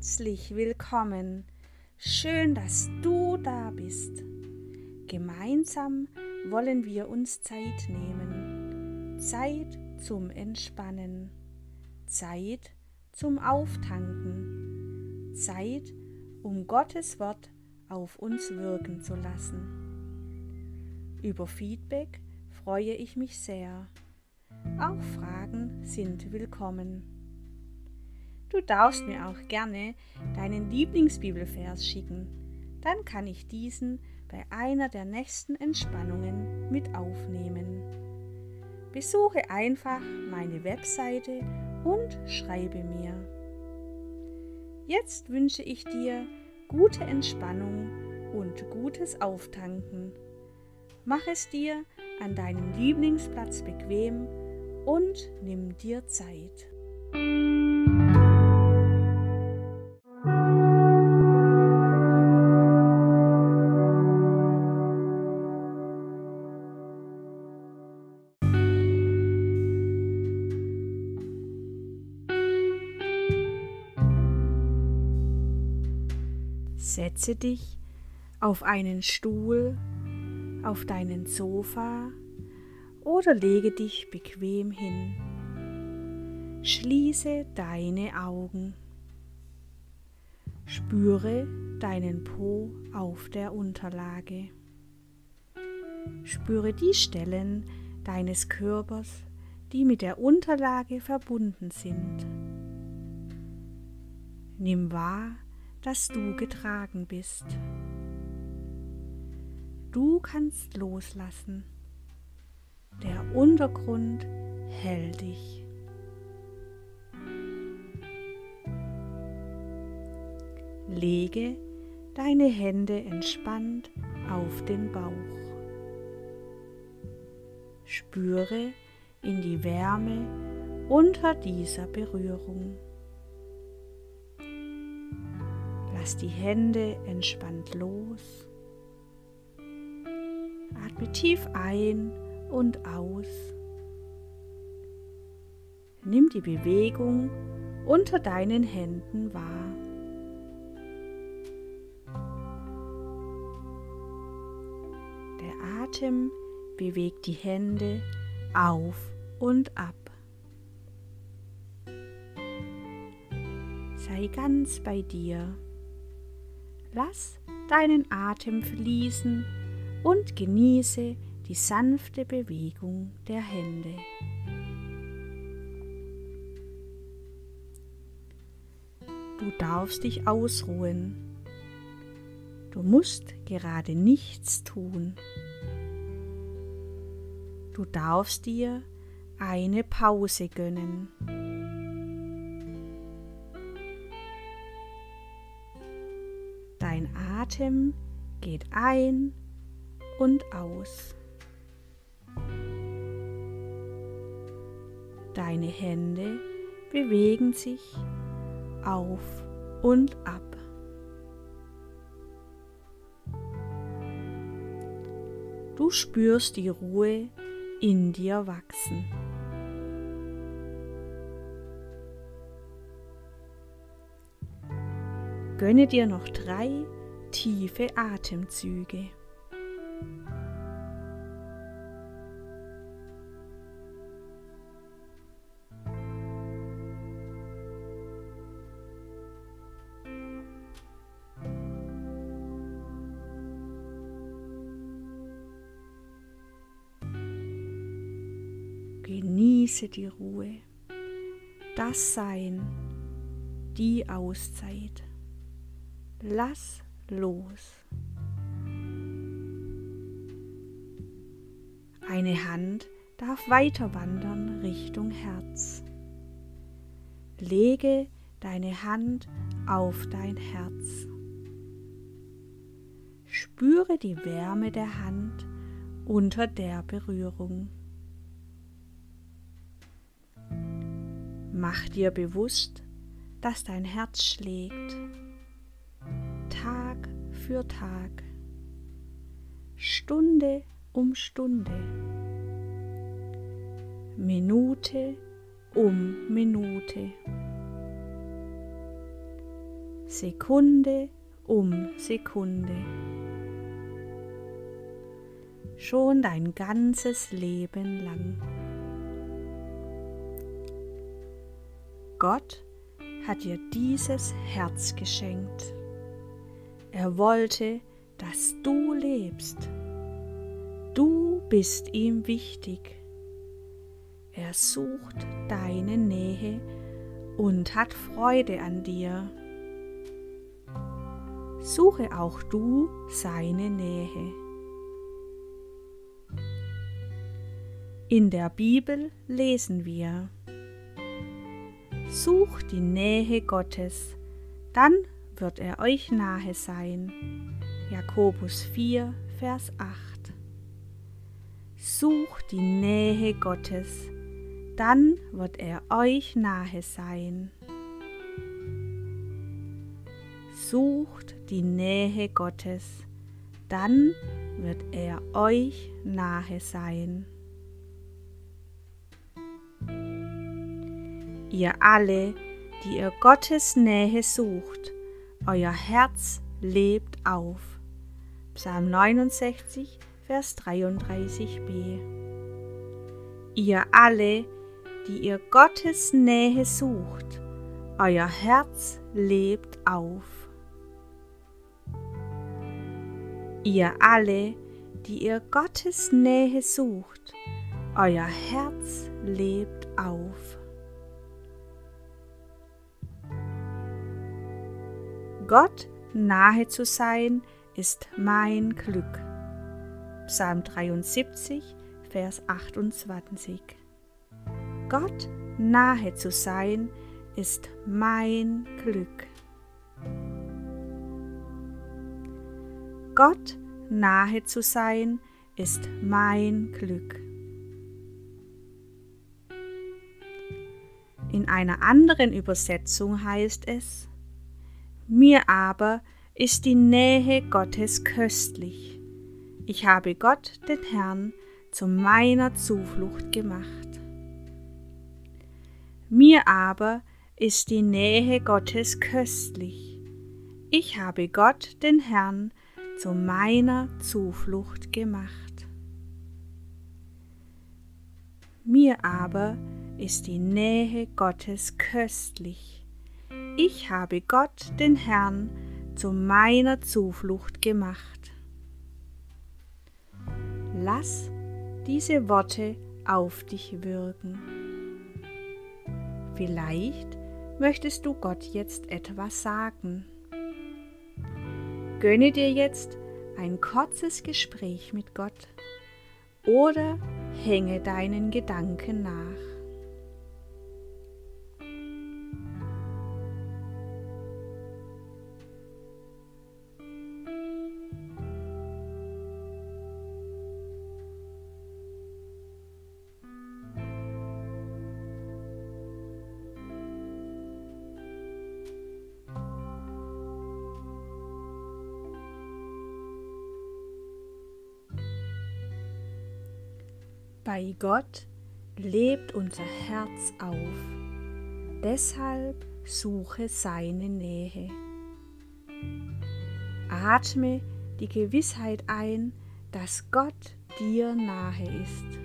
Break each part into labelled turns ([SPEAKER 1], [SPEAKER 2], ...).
[SPEAKER 1] Herzlich willkommen. Schön, dass du da bist. Gemeinsam wollen wir uns Zeit nehmen. Zeit zum Entspannen. Zeit zum Auftanken. Zeit, um Gottes Wort auf uns wirken zu lassen. Über Feedback freue ich mich sehr. Auch Fragen sind willkommen. Du darfst mir auch gerne deinen Lieblingsbibelvers schicken. Dann kann ich diesen bei einer der nächsten Entspannungen mit aufnehmen. Besuche einfach meine Webseite und schreibe mir. Jetzt wünsche ich dir gute Entspannung und gutes Auftanken. Mach es dir an deinem Lieblingsplatz bequem und nimm dir Zeit. Setze dich auf einen Stuhl, auf deinen Sofa oder lege dich bequem hin. Schließe deine Augen. Spüre deinen Po auf der Unterlage. Spüre die Stellen deines Körpers, die mit der Unterlage verbunden sind. Nimm wahr, dass du getragen bist. Du kannst loslassen. Der Untergrund hält dich. Lege deine Hände entspannt auf den Bauch. Spüre in die Wärme unter dieser Berührung. Lass die Hände entspannt los. Atme tief ein und aus. Nimm die Bewegung unter deinen Händen wahr. Der Atem bewegt die Hände auf und ab. Sei ganz bei dir. Lass deinen Atem fließen und genieße die sanfte Bewegung der Hände. Du darfst dich ausruhen. Du musst gerade nichts tun. Du darfst dir eine Pause gönnen. Dein Atem geht ein und aus. Deine Hände bewegen sich auf und ab. Du spürst die Ruhe in dir wachsen. Gönne dir noch 3 tiefe Atemzüge. Genieße die Ruhe, das Sein, die Auszeit. Lass los. Eine Hand darf weiter wandern Richtung Herz. Lege deine Hand auf dein Herz. Spüre die Wärme der Hand unter der Berührung. Mach dir bewusst, dass dein Herz schlägt. Tag für Tag, Stunde um Stunde, Minute um Minute. Sekunde um Sekunde. Schon dein ganzes Leben lang. Gott hat dir dieses Herz geschenkt. Er wollte, dass du lebst. Du bist ihm wichtig. Er sucht deine Nähe und hat Freude an dir. Suche auch du seine Nähe. In der Bibel lesen wir: Sucht die Nähe Gottes, dann wird er euch nahe sein. Jakobus 4, Vers 8. Sucht die Nähe Gottes, dann wird er euch nahe sein. Sucht die Nähe Gottes, dann wird er euch nahe sein. Ihr alle, die ihr Gottes Nähe sucht, euer Herz lebt auf. Psalm 69, Vers 33b. Ihr alle, die ihr Gottes Nähe sucht, euer Herz lebt auf. Ihr alle, die ihr Gottes Nähe sucht, euer Herz lebt auf. Gott nahe zu sein, ist mein Glück. Psalm 73, Vers 28. Gott nahe zu sein, ist mein Glück. Gott nahe zu sein, ist mein Glück. In einer anderen Übersetzung heißt es: Mir aber ist die Nähe Gottes köstlich. Ich habe Gott, den Herrn, zu meiner Zuflucht gemacht. Mir aber ist die Nähe Gottes köstlich. Ich habe Gott, den Herrn, zu meiner Zuflucht gemacht. Mir aber ist die Nähe Gottes köstlich. Ich habe Gott, den Herrn, zu meiner Zuflucht gemacht. Lass diese Worte auf dich wirken. Vielleicht möchtest du Gott jetzt etwas sagen. Gönne dir jetzt ein kurzes Gespräch mit Gott oder hänge deinen Gedanken nach. Bei Gott lebt unser Herz auf, deshalb suche seine Nähe. Atme die Gewissheit ein, dass Gott dir nahe ist.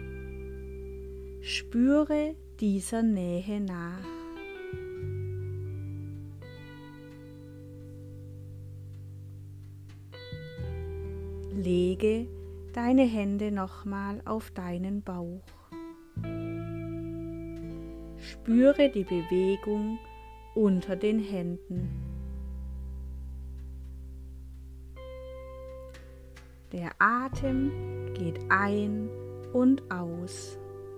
[SPEAKER 1] Spüre dieser Nähe nach. Lege deine Hände nochmal auf deinen Bauch. Spüre die Bewegung unter den Händen. Der Atem geht ein und aus.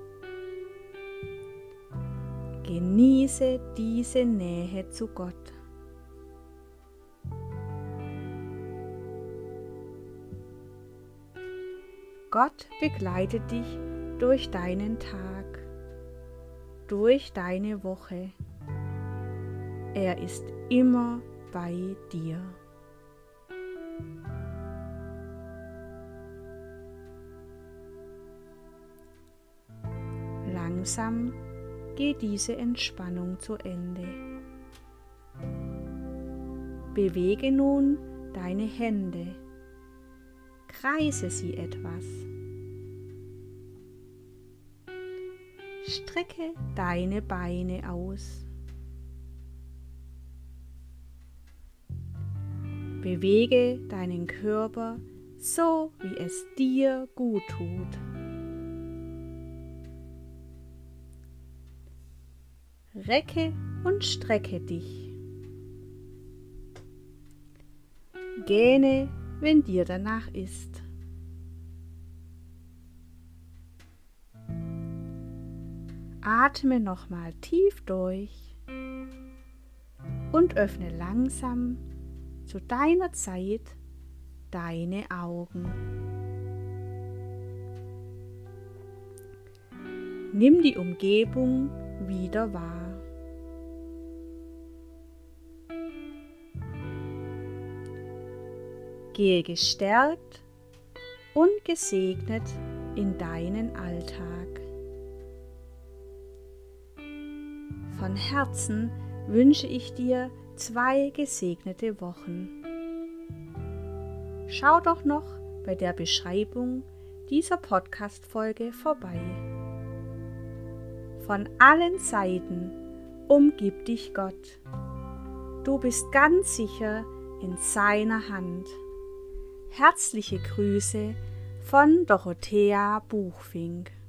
[SPEAKER 1] Genieße diese Nähe zu Gott. Gott begleitet dich durch deinen Tag, durch deine Woche. Er ist immer bei dir. Langsam geht diese Entspannung zu Ende. Bewege nun deine Hände. Kreise sie etwas. Strecke deine Beine aus. Bewege deinen Körper so, wie es dir gut tut. Recke und strecke dich. Gähne, wenn dir danach ist. Atme nochmal tief durch und öffne langsam zu deiner Zeit deine Augen. Nimm die Umgebung wieder wahr. Gehe gestärkt und gesegnet in deinen Alltag. Von Herzen wünsche ich dir 2 gesegnete Wochen. Schau doch noch bei der Beschreibung dieser Podcast-Folge vorbei. Von allen Seiten umgibt dich Gott. Du bist ganz sicher in seiner Hand. Herzliche Grüße von Dorothea Buchfink.